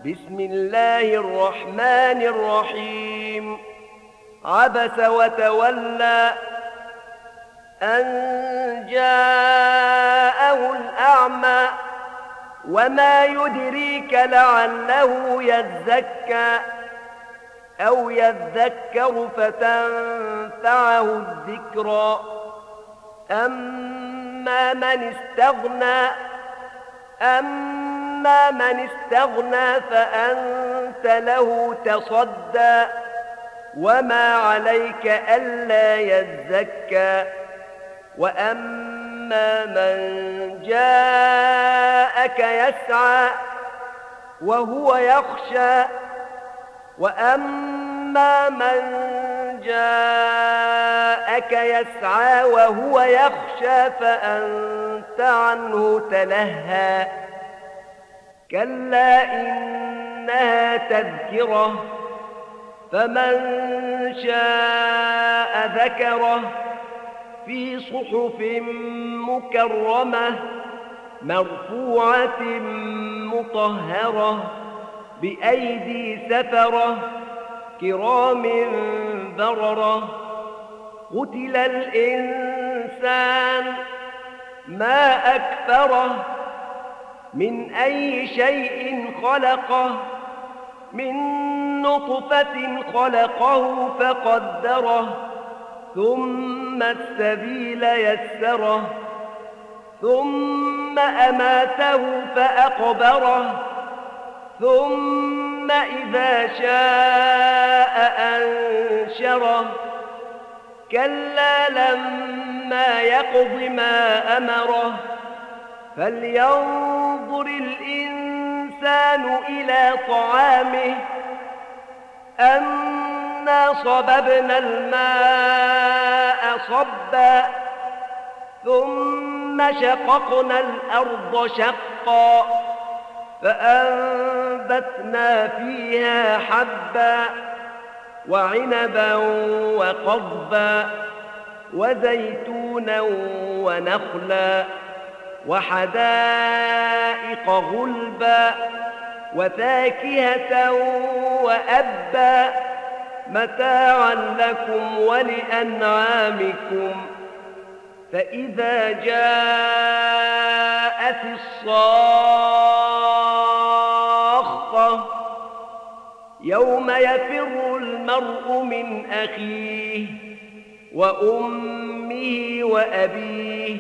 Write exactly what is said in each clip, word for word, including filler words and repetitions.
بسم الله الرحمن الرحيم. عبس وتولى أن جاءه الأعمى وما يدريك لعله يزكى أو يذكر فتنفعه الذكرى. أما من استغنى أما من استغنى فأنت له تصدى وما عليك ألا يزكى. وأما من جاءك يسعى وهو يخشى وأما من جاءك يسعى وهو يخشى فأنت عنه تلهى. كلا إنها تذكرة فمن شاء ذكره في صحف مكرمة مرفوعة مطهرة بأيدي سفرة كرام بررة. قتل الإنسان ما أكفره من أي شيء خلقه من نطفة خلقه فقدره ثم السبيل يسره ثم أماته فأقبره ثم إذا شاء أنشره. كلا لما يقض ما أمره فلينظر الإنسان إلى طعامه أنا صببنا الماء صبا ثم شققنا الأرض شقا فأنبتنا فيها حبا وعنبا وقضبا وزيتونا ونخلا وحدائق غلبا وفاكهة وأبا متاعا لكم ولأنعامكم. فإذا جاءت الصاخة يوم يفر المرء من أخيه وأمه وأبيه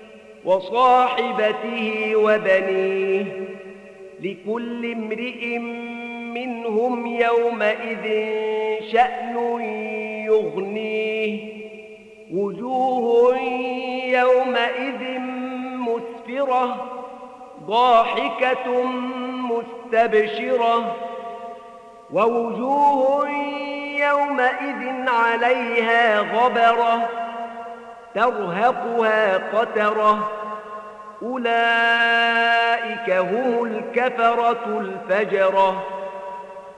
وصاحبته وبنيه لكل امرئ منهم يومئذ شأن يغنيه. وجوه يومئذ مسفرة ضاحكة مستبشرة ووجوه يومئذ عليها غبرة ترهقها قترة. أولئك هم الكفرة الفجرة.